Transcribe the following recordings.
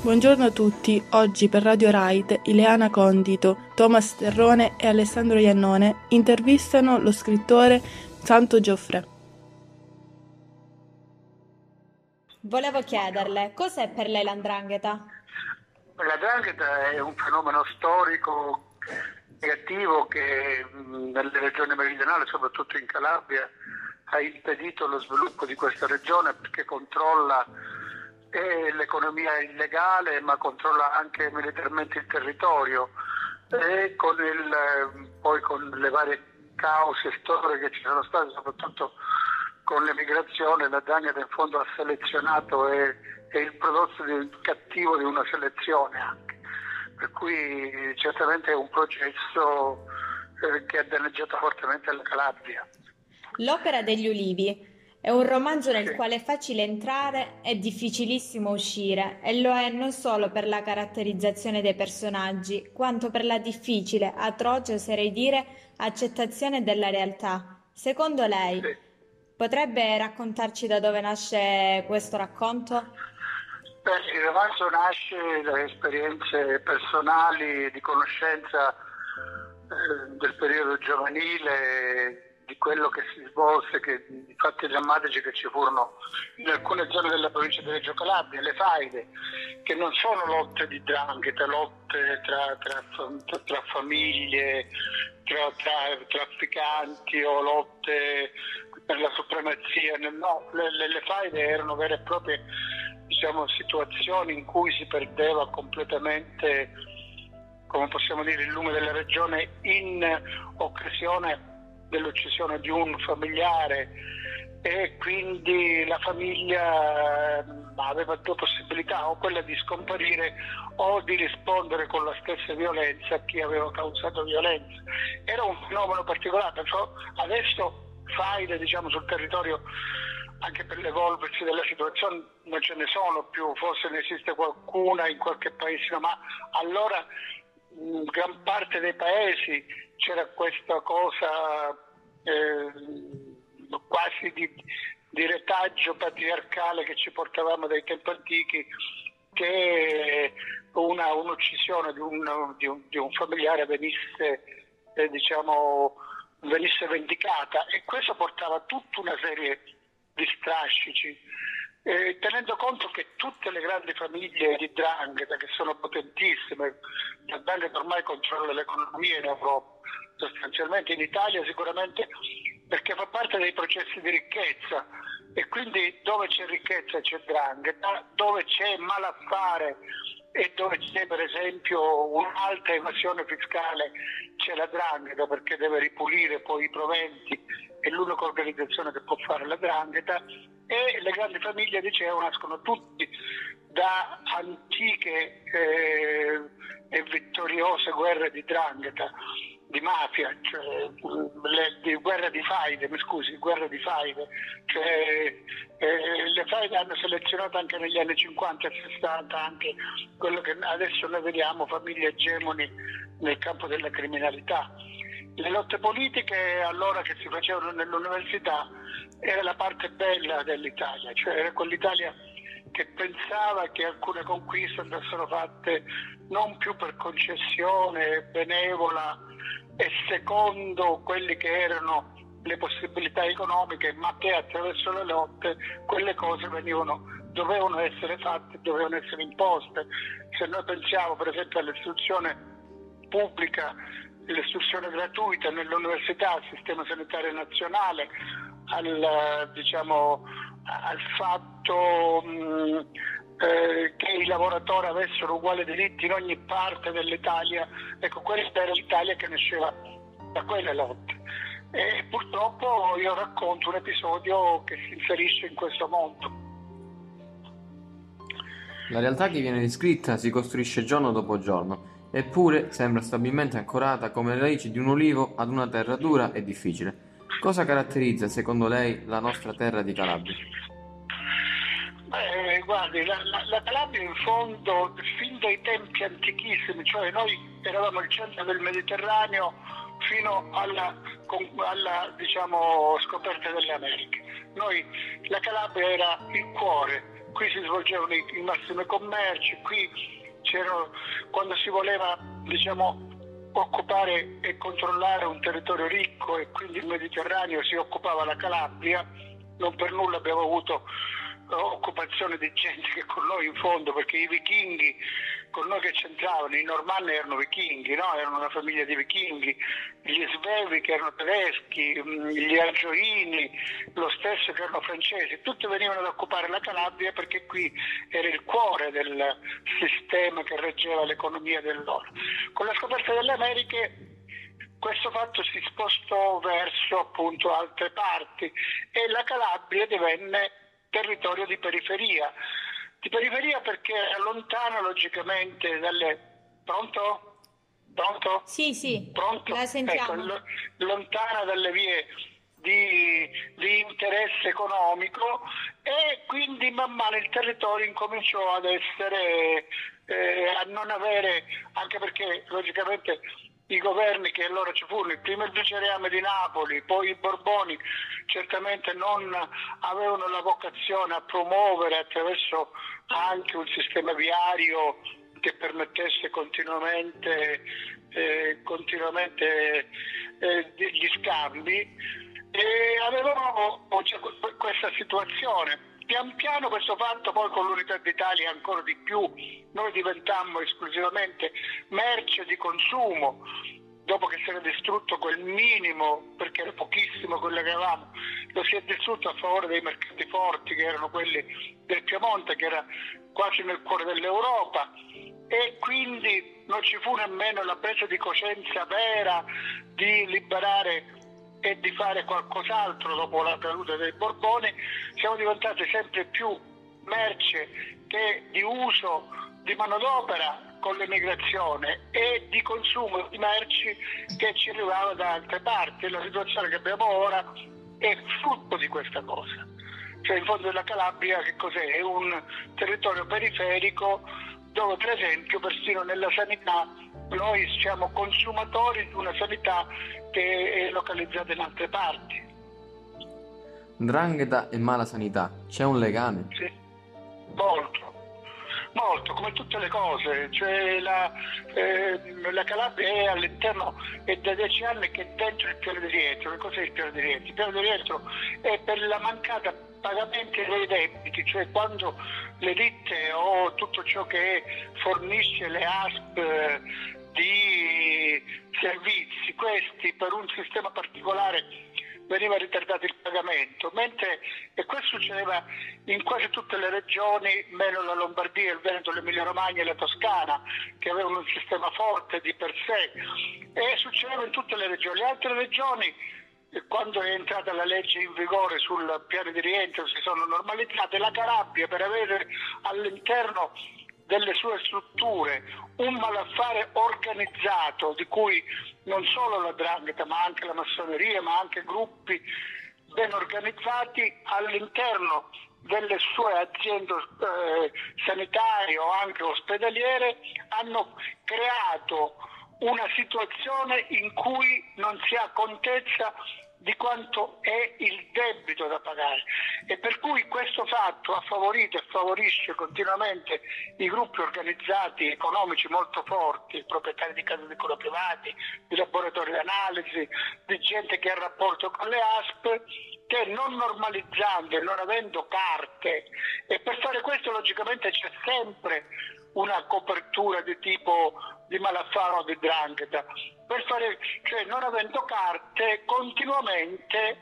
Buongiorno a tutti, oggi per Radio Rite, Ileana Condito, Thomas Terrone e Alessandro Iannone intervistano lo scrittore Santo Gioffrè. Volevo chiederle, cos'è per lei l''ndrangheta? La 'ndrangheta è un fenomeno storico negativo che nelle regioni meridionali, soprattutto in Calabria, ha impedito lo sviluppo di questa regione perché controlla l'economia illegale, ma controlla anche militarmente il territorio e poi con le varie cause storiche che ci sono state, soprattutto con l'emigrazione, la 'ndrangheta in fondo ha selezionato è il prodotto cattivo di una selezione anche, per cui certamente è un processo che ha danneggiato fortemente la Calabria. L'Opera degli Ulivi è un romanzo nel quale è facile entrare e difficilissimo uscire, e lo è non solo per la caratterizzazione dei personaggi, quanto per la difficile, atroce, oserei dire, accettazione della realtà. Secondo lei, potrebbe raccontarci da dove nasce questo racconto? Il romanzo nasce da esperienze personali di conoscenza del periodo giovanile, di quello che si svolse, di fatti drammatici che ci furono in alcune zone della provincia di Reggio Calabria, le faide, che non sono lotte di 'ndrangheta, lotte tra famiglie, tra trafficanti o lotte per la supremazia, no, le faide erano vere e proprie, situazioni in cui si perdeva completamente, come possiamo dire, il lume della regione in occasione dell'uccisione di un familiare, e quindi la famiglia aveva due possibilità: o quella di scomparire o di rispondere con la stessa violenza a chi aveva causato violenza. Era un fenomeno particolare, adesso faide sul territorio, anche per l'evolversi della situazione, non ce ne sono più, forse ne esiste qualcuna in qualche paese, ma allora in gran parte dei paesi c'era questa cosa quasi di retaggio patriarcale che ci portavamo dai tempi antichi, che un'uccisione di un familiare venisse vendicata, e questo portava tutta una serie di strascici, tenendo conto che tutte le grandi famiglie di 'ndrangheta, che sono potentissime, la 'ndrangheta ormai controlla l'economia in Europa, sostanzialmente in Italia sicuramente, perché fa parte dei processi di ricchezza, e quindi dove c'è ricchezza c'è 'ndrangheta, dove c'è malaffare e dove c'è per esempio un'alta evasione fiscale c'è la 'ndrangheta, perché deve ripulire poi i proventi, è l'unica organizzazione che può fare la 'ndrangheta. E le grandi famiglie, dicevo, nascono tutti da antiche e vittoriose guerre di 'ndrangheta, di mafia, guerre di faide, le faide hanno selezionato anche negli anni 50 e 60 anche quello che adesso noi vediamo famiglie egemoni nel campo della criminalità. Le lotte politiche allora che si facevano nell'università era la parte bella dell'Italia, cioè era quell'Italia che pensava che alcune conquiste andassero fatte non più per concessione benevola e secondo quelli che erano le possibilità economiche, ma che attraverso le lotte quelle cose dovevano essere fatte, dovevano essere imposte. Se noi pensiamo per esempio all'istruzione pubblica, l'istruzione gratuita nell'università, al sistema sanitario nazionale, al fatto che i lavoratori avessero uguali diritti in ogni parte dell'Italia, ecco, questa era l'Italia che nasceva da quelle lotte. E purtroppo io racconto un episodio che si inserisce in questo mondo. La realtà che viene descritta si costruisce giorno dopo giorno, eppure sembra stabilmente ancorata come le radici di un ulivo ad una terra dura e difficile. Cosa caratterizza, secondo lei, la nostra terra di Calabria? Guardi, la Calabria in fondo, fin dai tempi antichissimi, cioè noi eravamo il centro del Mediterraneo fino alla scoperta delle Americhe. La Calabria era il cuore qui si svolgevano i massimi commerci, qui c'erano, quando si voleva, diciamo, occupare e controllare un territorio ricco e quindi il Mediterraneo, si occupava la Calabria. Non per nulla abbiamo avuto occupazione di gente che con noi in fondo, perché i vichinghi con noi che c'entravano, i normanni erano vichinghi, no? Erano una famiglia di vichinghi, gli svevi che erano tedeschi, gli argioini, lo stesso che erano francesi, tutti venivano ad occupare la Calabria perché qui era il cuore del sistema che reggeva l'economia dell'oro. Con la scoperta delle Americhe questo fatto si spostò verso appunto altre parti e la Calabria divenne territorio di periferia perché era lontano logicamente dalle... Pronto? Pronto? Sì, Pronto? la sentiamo. Ecco, lontana dalle vie di interesse economico e quindi man mano il territorio incominciò ad essere, a non avere, anche perché logicamente i governi che allora ci furono, prima il vicereame di Napoli, poi i Borboni, certamente non avevano la vocazione a promuovere attraverso anche un sistema viario che permettesse continuamente gli scambi, e avevamo questa situazione. Pian piano questo fatto, poi con l'unità d'Italia ancora di più, noi diventammo esclusivamente merce di consumo, dopo che si era distrutto quel minimo, perché era pochissimo quello che avevamo, lo si è distrutto a favore dei mercati forti che erano quelli del Piemonte, che era quasi nel cuore dell'Europa, e quindi non ci fu nemmeno la presa di coscienza vera di liberare e di fare qualcos'altro dopo la caduta dei Borboni. Siamo diventati sempre più merce che di uso di manodopera con l'emigrazione e di consumo di merci che ci arrivava da altre parti. La situazione che abbiamo ora è frutto di questa cosa. Cioè in fondo la Calabria che cos'è? È un territorio periferico dove per esempio persino nella sanità noi siamo consumatori di una sanità che è localizzata in altre parti. 'Ndrangheta e mala sanità, c'è un legame? Sì, molto, come tutte le cose, cioè la Calabria è all'interno, è da 10 anni che è dentro il piano di rientro. Che cos'è il piano di rientro? Il piano di rientro è per la mancata pagamento dei debiti, cioè quando le ditte o tutto ciò che fornisce le ASP di servizi, questi per un sistema particolare veniva ritardato il pagamento, e questo succedeva in quasi tutte le regioni, meno la Lombardia, il Veneto, l'Emilia Romagna e la Toscana, che avevano un sistema forte di per sé, e succedeva in tutte le regioni. Le altre regioni, quando è entrata la legge in vigore sul piano di rientro, si sono normalizzate. La Calabria, per avere all'interno delle sue strutture un malaffare organizzato di cui non solo la 'ndrangheta ma anche la massoneria, ma anche gruppi ben organizzati all'interno delle sue aziende sanitarie o anche ospedaliere, hanno creato una situazione in cui non si ha contezza di quanto è il debito da pagare, e per cui questo fatto ha favorito e favorisce continuamente i gruppi organizzati economici molto forti, proprietari di case di cura privati, di laboratori di analisi, di gente che ha rapporto con le ASP, che non normalizzando e non avendo carte, e per fare questo logicamente c'è sempre una copertura di tipo di malaffare o di 'ndrangheta, cioè non avendo carte continuamente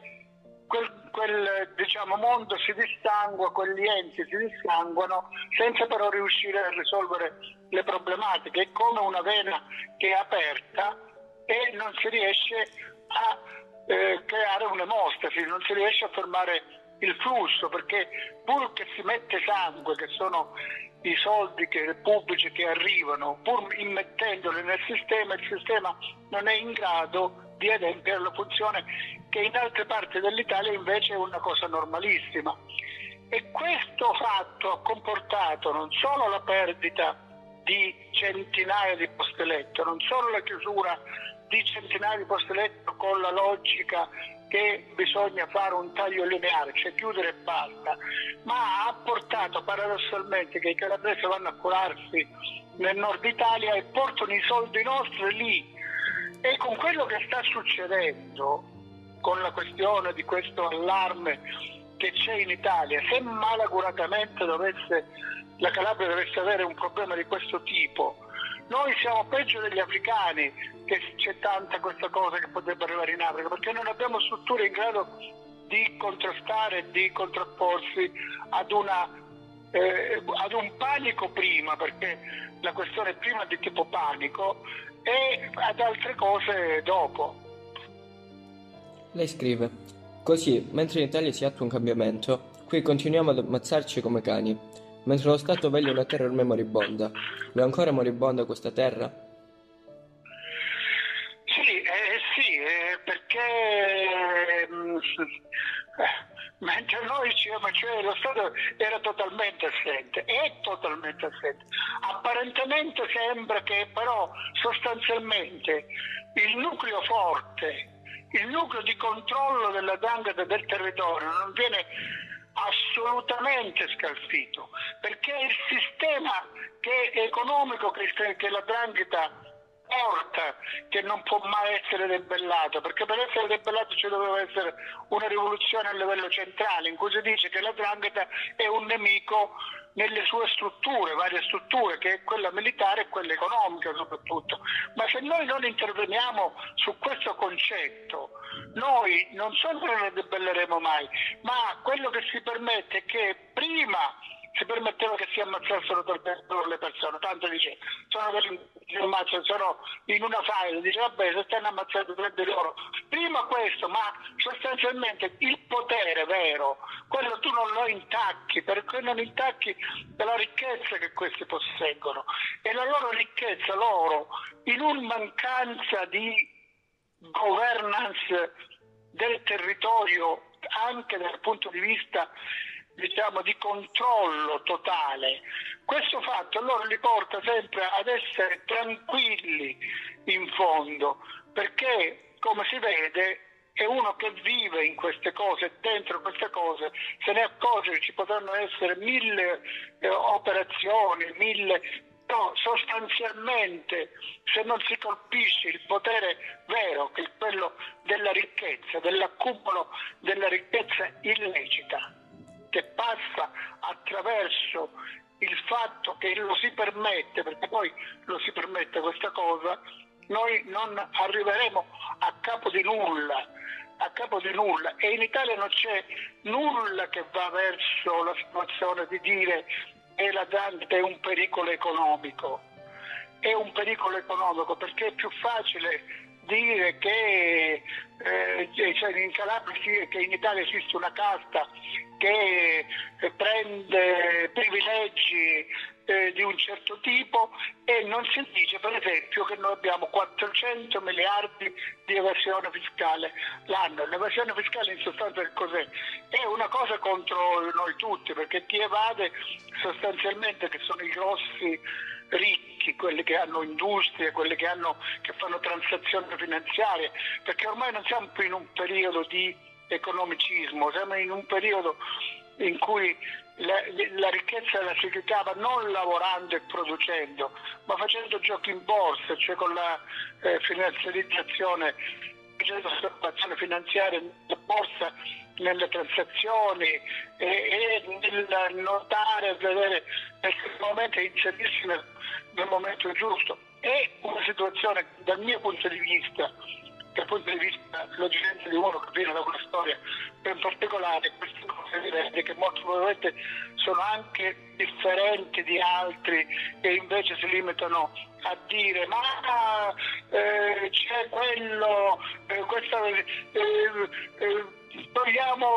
quel diciamo mondo si distangua, quegli enti si dissanguano senza però riuscire a risolvere le problematiche. È come una vena che è aperta e non si riesce a creare un'emostasi, non si riesce a fermare il flusso, perché pur che si mette sangue, che sono i soldi pubblici che arrivano, pur immettendoli nel sistema, il sistema non è in grado di adempiere alla funzione che in altre parti dell'Italia invece è una cosa normalissima. E questo fatto ha comportato non solo la perdita di centinaia di posti letto, non solo la chiusura di centinaia di posti letto con la logica che bisogna fare un taglio lineare, cioè chiudere e basta, ma ha portato paradossalmente che i calabresi vanno a curarsi nel nord Italia e portano i soldi nostri lì. E con quello che sta succedendo, con la questione di questo allarme che c'è in Italia, se malaguratamente la Calabria dovesse avere un problema di questo tipo, noi siamo peggio degli africani, che c'è tanta questa cosa che potrebbe arrivare in Africa, perché non abbiamo strutture in grado di contrastare e di contrapporsi ad un panico prima, perché la questione prima è di tipo panico, e ad altre cose dopo. Lei scrive: così, mentre in Italia si attua un cambiamento, qui continuiamo ad ammazzarci come cani, mentre lo Stato veglia una terra ormai moribonda. È ancora moribonda questa terra? Sì, perché mentre noi dicevamo, cioè lo Stato era totalmente assente, è totalmente assente. Apparentemente sembra che però sostanzialmente il nucleo forte, il nucleo di controllo della 'ndrangheta del territorio non viene assolutamente scalfito, perché il sistema economico che la 'ndrangheta porta, che non può mai essere debellato, perché per essere debellato ci doveva essere una rivoluzione a livello centrale in cui si dice che la 'ndrangheta è un nemico nelle sue strutture, varie strutture, che è quella militare e quella economica soprattutto. Ma se noi non interveniamo su questo concetto, noi non solo non la debelleremo mai, ma quello che si permette è che prima si permetteva che si ammazzassero le persone, tanto dice, sono quelli che si ammazzano, sono in una file, dice vabbè, se stanno ammazzando tre di loro. Prima questo, ma sostanzialmente il potere vero, quello tu non lo intacchi, perché non intacchi la ricchezza che questi posseggono, e la loro ricchezza, loro, in una mancanza di governance del territorio, anche dal punto di vista diciamo di controllo totale, questo fatto loro li porta sempre ad essere tranquilli in fondo, perché come si vede è uno che vive in queste cose, dentro queste cose se ne accorge che ci potranno essere 1000 operazioni, 1000. No, sostanzialmente se non si colpisce il potere vero, che è quello della ricchezza, dell'accumulo della ricchezza illecita, che passa attraverso il fatto che lo si permette, perché poi lo si permette questa cosa, noi non arriveremo a capo di nulla, e in Italia non c'è nulla che va verso la situazione di dire che la 'ndrangheta è un pericolo economico. È un pericolo economico perché è più facile dire che in Calabria, che in Italia esiste una casta che prende privilegi di un certo tipo, e non si dice per esempio che noi abbiamo 400 miliardi di evasione fiscale l'anno. L'evasione fiscale in sostanza che cos'è? È una cosa contro noi tutti, perché chi evade sostanzialmente, che sono i grossi ricchi, quelli che hanno industrie, quelli che fanno transazioni finanziarie, perché ormai non siamo più in un periodo di economicismo, siamo in un periodo in cui la ricchezza la si creava non lavorando e producendo, ma facendo giochi in borsa, cioè con la finanziarizzazione, facendo osservazione finanziaria nella borsa, nelle transazioni e nel notare, vedere nel momento e inserirsi nel momento giusto. È una situazione, dal mio punto di vista, dal punto di vista logicamente di uno che viene da una storia ben particolare, queste cose vede che molto probabilmente sono anche differenti di altri che invece si limitano a dire ma c'è quello, togliamo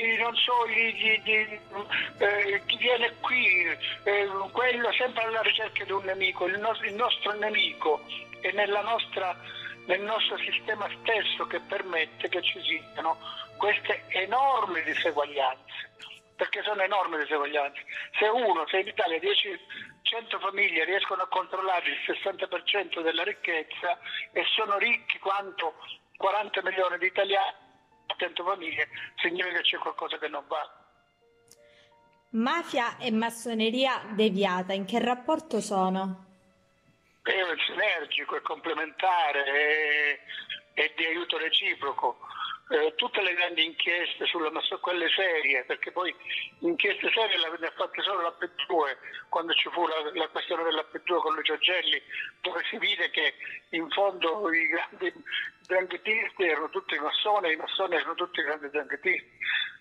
chi viene qui, quello sempre alla ricerca di un nemico. Il nostro nemico è nel nostro sistema stesso, che permette che ci siano queste enormi diseguaglianze, perché sono enormi diseguaglianze. Se in Italia 100 famiglie riescono a controllare il 60% della ricchezza e sono ricchi quanto 40 milioni di italiani, attento famiglie, significa che c'è qualcosa che non va. Mafia e massoneria deviata, in che rapporto sono? È sinergico, è complementare, è di aiuto reciproco. Tutte le grandi inchieste quelle serie, perché poi inchieste serie le ha fatte solo la P2, quando ci fu la questione della P2 con Lucio Gelli, dove si vide che in fondo i grandi dranghetisti erano tutti massoni, i massoni erano tutti grandi dranghetisti.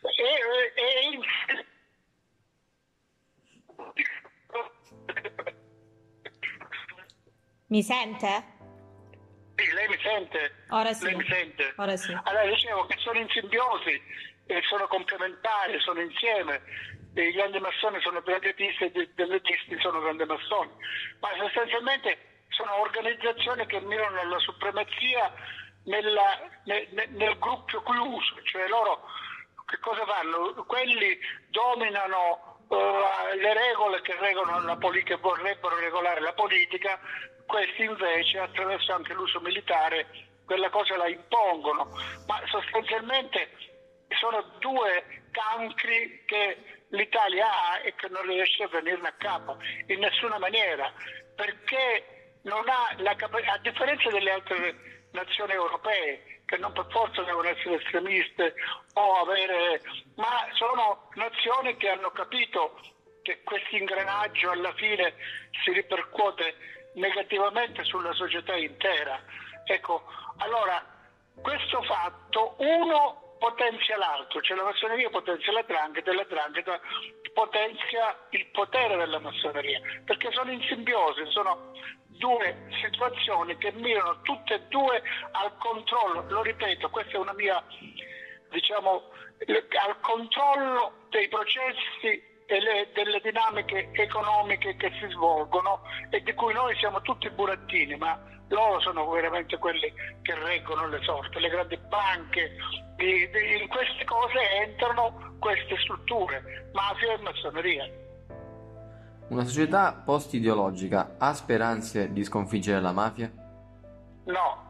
Mi sente? Sì, lei mi sente? Ora sì. Lei mi sente? Ora sì. Allora dicevo che sono in simbiosi, sono complementari, sono insieme. I grandi massoni sono dranghetisti e i dranghetisti sono grandi massoni. Ma sostanzialmente sono organizzazioni che mirano alla supremazia nel gruppo chiuso, cioè loro che cosa fanno? Quelli dominano le regole che regolano che vorrebbero regolare la politica, questi invece attraverso anche l'uso militare quella cosa la impongono, ma sostanzialmente sono due cancri che l'Italia ha e che non riesce a venirne a capo in nessuna maniera, perché non ha a differenza delle altre nazioni europee che non per forza devono essere estremiste ma sono nazioni che hanno capito che questo ingranaggio alla fine si ripercuote negativamente sulla società intera. Ecco, allora questo fatto uno potenzia l'altro, cioè la massoneria potenzia la 'ndrangheta potenzia il potere della massoneria, perché sono in simbiosi, sono due situazioni che mirano tutte e due al controllo, lo ripeto, questa è una mia, al controllo dei processi e delle dinamiche economiche che si svolgono e di cui noi siamo tutti burattini, ma loro sono veramente quelli che reggono le sorti, le grandi banche, in queste cose entrano queste strutture, mafia e massoneria. Una società post-ideologica ha speranze di sconfiggere la mafia? No,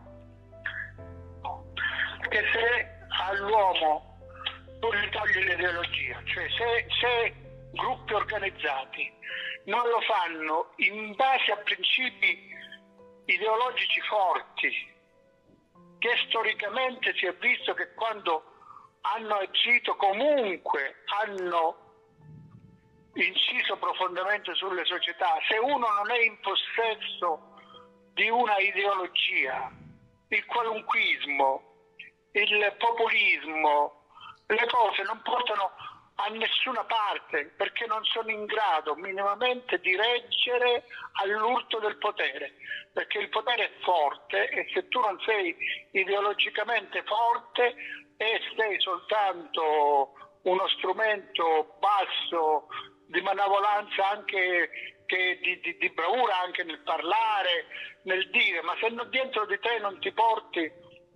perché se all'uomo tu gli togli l'ideologia, cioè se gruppi organizzati non lo fanno in base a principi ideologici forti, che storicamente si è visto che quando hanno agito comunque hanno inciso profondamente sulle società, se uno non è in possesso di una ideologia, il qualunquismo, il populismo, le cose non portano a nessuna parte, perché non sono in grado minimamente di reggere all'urto del potere, perché il potere è forte e se tu non sei ideologicamente forte e sei soltanto uno strumento basso di manovolanza, anche che di bravura anche nel parlare, nel dire, ma se dentro di te non ti porti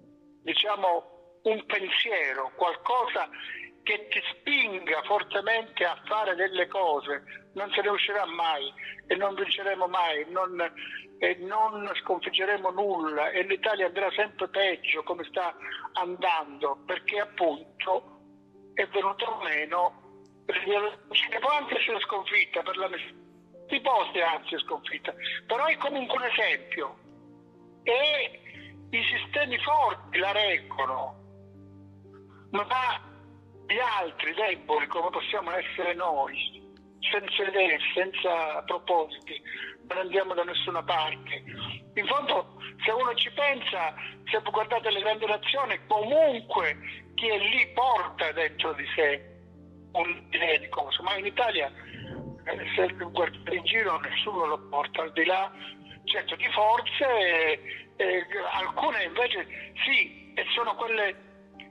un pensiero, qualcosa che ti spinga fortemente a fare delle cose, non se ne uscirà mai e non vinceremo mai e non sconfiggeremo nulla e l'Italia andrà sempre peggio come sta andando, perché appunto è venuto meno, ci può anche essere sconfitta per la di posti, anzi è sconfitta, però è comunque un esempio e i sistemi forti la reggono, ma gli altri deboli come possiamo essere noi, senza idee, senza propositi, non andiamo da nessuna parte. In fondo, se uno ci pensa, se guardate le grandi nazioni, comunque chi è lì porta dentro di sé un'idea di cosa, ma in Italia se guardate in giro nessuno lo porta, al di là certo di forze, alcune invece sì, e sono quelle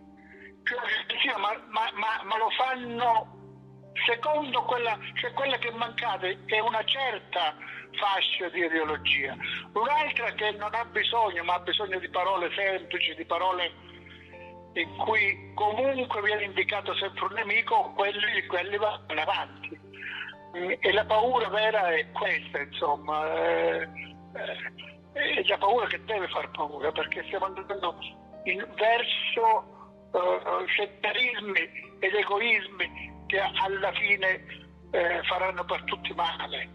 ma lo fanno secondo quella che è mancata è una certa fascia di ideologia, un'altra che non ha bisogno, ma ha bisogno di parole semplici, di parole in cui comunque viene indicato sempre un nemico, quelli vanno avanti. E la paura vera è questa, insomma, è la paura che deve far paura, perché stiamo andando verso settarismi ed egoismi che alla fine faranno per tutti male.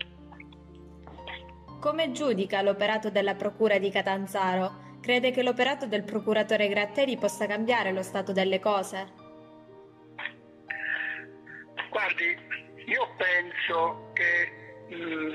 Come giudica l'operato della Procura di Catanzaro? Crede che l'operato del procuratore Gratteri possa cambiare lo stato delle cose? Guardi, io penso che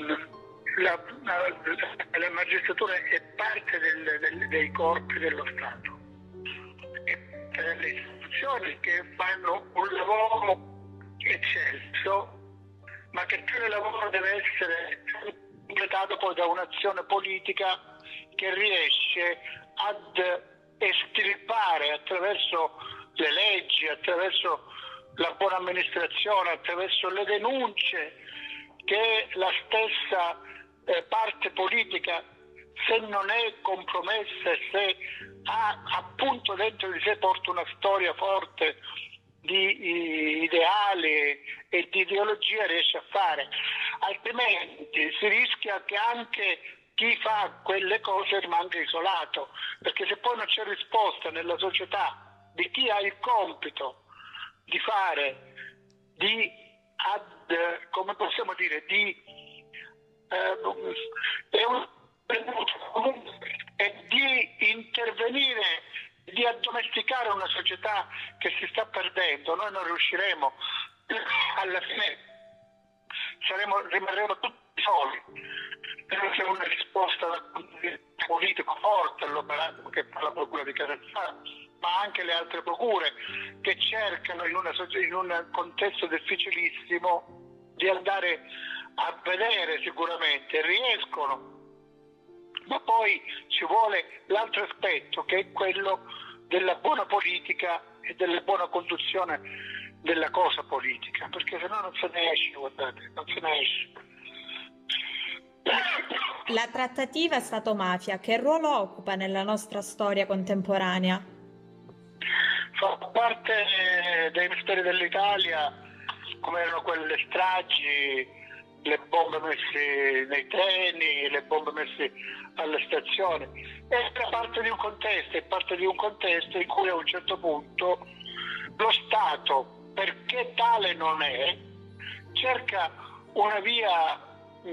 la magistratura è parte dei corpi dello Stato, è parte delle istituzioni che fanno un lavoro eccelso, ma che tale lavoro deve essere completato poi da un'azione politica che riesce ad estirpare attraverso le leggi, attraverso la buona amministrazione, attraverso le denunce che la stessa parte politica, se non è compromessa, se ha appunto dentro di sé porta una storia forte di ideali e di ideologia, riesce a fare. Altrimenti si rischia che anche chi fa quelle cose rimanga isolato, perché se poi non c'è risposta nella società di chi ha il compito di fare, come possiamo dire, e di intervenire, di addomesticare una società che si sta perdendo, noi non riusciremo, alla fine rimarremo tutti soli. C'è una risposta politico forte all'operato che fa la Procura di Catanzaro, ma anche le altre procure che cercano in un contesto difficilissimo di andare a vedere, sicuramente riescono, ma poi ci vuole l'altro aspetto, che è quello della buona politica e della buona conduzione della cosa politica, perché se no non se ne esce, guardate, non se ne esce. La trattativa Stato-mafia che ruolo occupa nella nostra storia contemporanea? Fa parte dei misteri dell'Italia, come erano quelle stragi, le bombe messe nei treni, le bombe messe alle stazioni. È parte di un contesto in cui a un certo punto lo Stato, perché tale non è, cerca una via,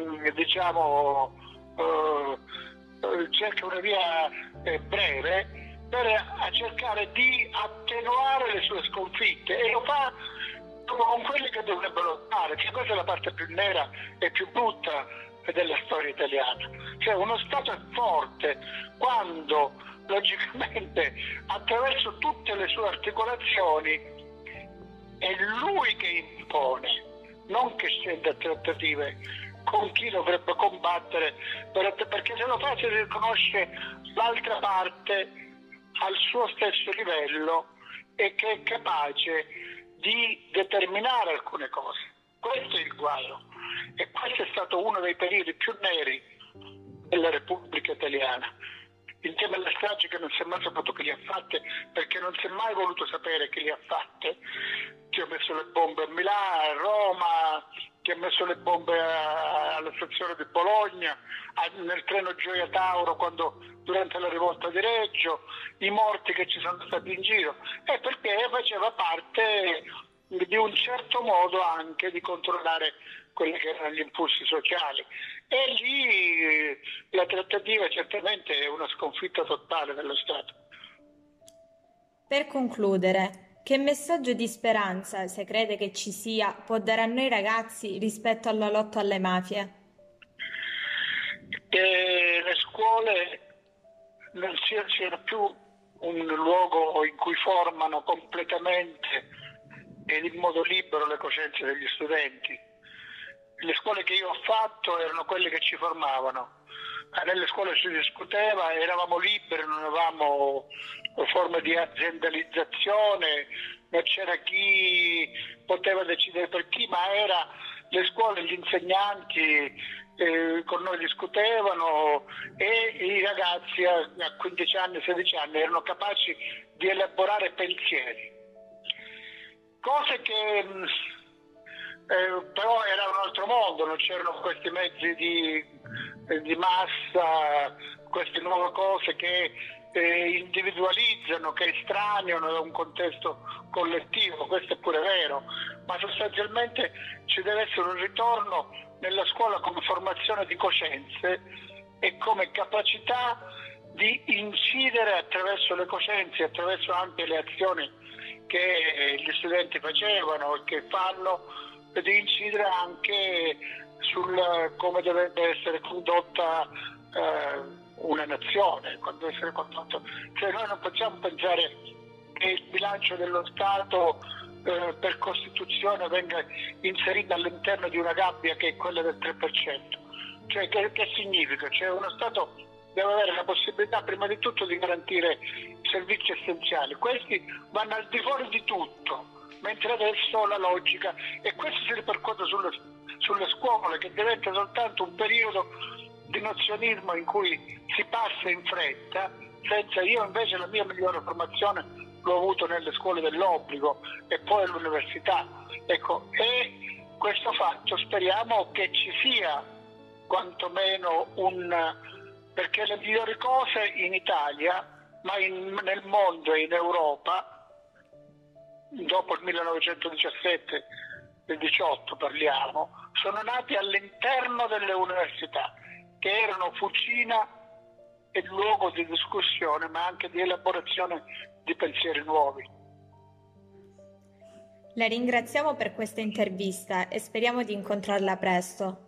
cerca una via breve per cercare di attenuare le sue sconfitte, e lo fa con quelli che dovrebbero fare, che questa è la parte più nera e più brutta della storia italiana. Cioè, uno Stato è forte quando logicamente attraverso tutte le sue articolazioni è lui che impone, non che scende a trattative con chi dovrebbe combattere, perché se lo fa si riconosce l'altra parte al suo stesso livello e che è capace di determinare alcune cose. Questo è il guaio, e questo è stato uno dei periodi più neri della Repubblica Italiana, insieme alle stragi che non si è mai saputo chi le ha fatte, perché non si è mai voluto sapere chi le ha fatte. Chi ha messo le bombe a Milano, a Roma, chi ha messo le bombe alla stazione di Bologna, nel treno Gioia Tauro durante la rivolta di Reggio, i morti che ci sono stati in giro, è perché faceva parte di un certo modo anche di controllare quelli che erano gli impulsi sociali. E lì la trattativa certamente è una sconfitta totale dello Stato. Per concludere, che messaggio di speranza, se crede che ci sia, può dare a noi ragazzi rispetto alla lotta alle mafie? Che le scuole non siano più un luogo in cui formano completamente ed in modo libero le coscienze degli studenti. Le scuole che io ho fatto erano quelle che ci formavano. Nelle scuole si discuteva, eravamo liberi, non avevamo forme di aziendalizzazione, non c'era chi poteva decidere per chi, ma le scuole, gli insegnanti con noi discutevano, e i ragazzi a 15 anni, 16 anni erano capaci di elaborare pensieri. Cose che però era un altro mondo, non c'erano questi mezzi di massa, queste nuove cose che individualizzano, che estraneano da un contesto collettivo, questo è pure vero, ma sostanzialmente ci deve essere un ritorno nella scuola come formazione di coscienze e come capacità di incidere attraverso le coscienze, attraverso anche le azioni che gli studenti facevano e che fanno, di incidere anche sul come deve essere condotta una nazione, quando deve essere condotta. Cioè noi non possiamo pensare che il bilancio dello Stato per Costituzione venga inserito all'interno di una gabbia che è quella del 3%. Cioè che significa? Cioè uno Stato deve avere la possibilità prima di tutto di garantire servizi essenziali. Questi vanno al di fuori di tutto, mentre adesso la logica, e questo si ripercuote sulle scuole, che diventa soltanto un periodo di nozionismo in cui si passa in fretta, senza. Io invece la mia migliore formazione l'ho avuto nelle scuole dell'obbligo e poi all'università. Ecco, e questo fatto speriamo che ci sia quantomeno perché le migliori cose in Italia, ma nel mondo e in Europa, dopo il 1917 e 18 parliamo, sono nati all'interno delle università, che erano fucina e luogo di discussione, ma anche di elaborazione di pensieri nuovi. La ringraziamo per questa intervista e speriamo di incontrarla presto.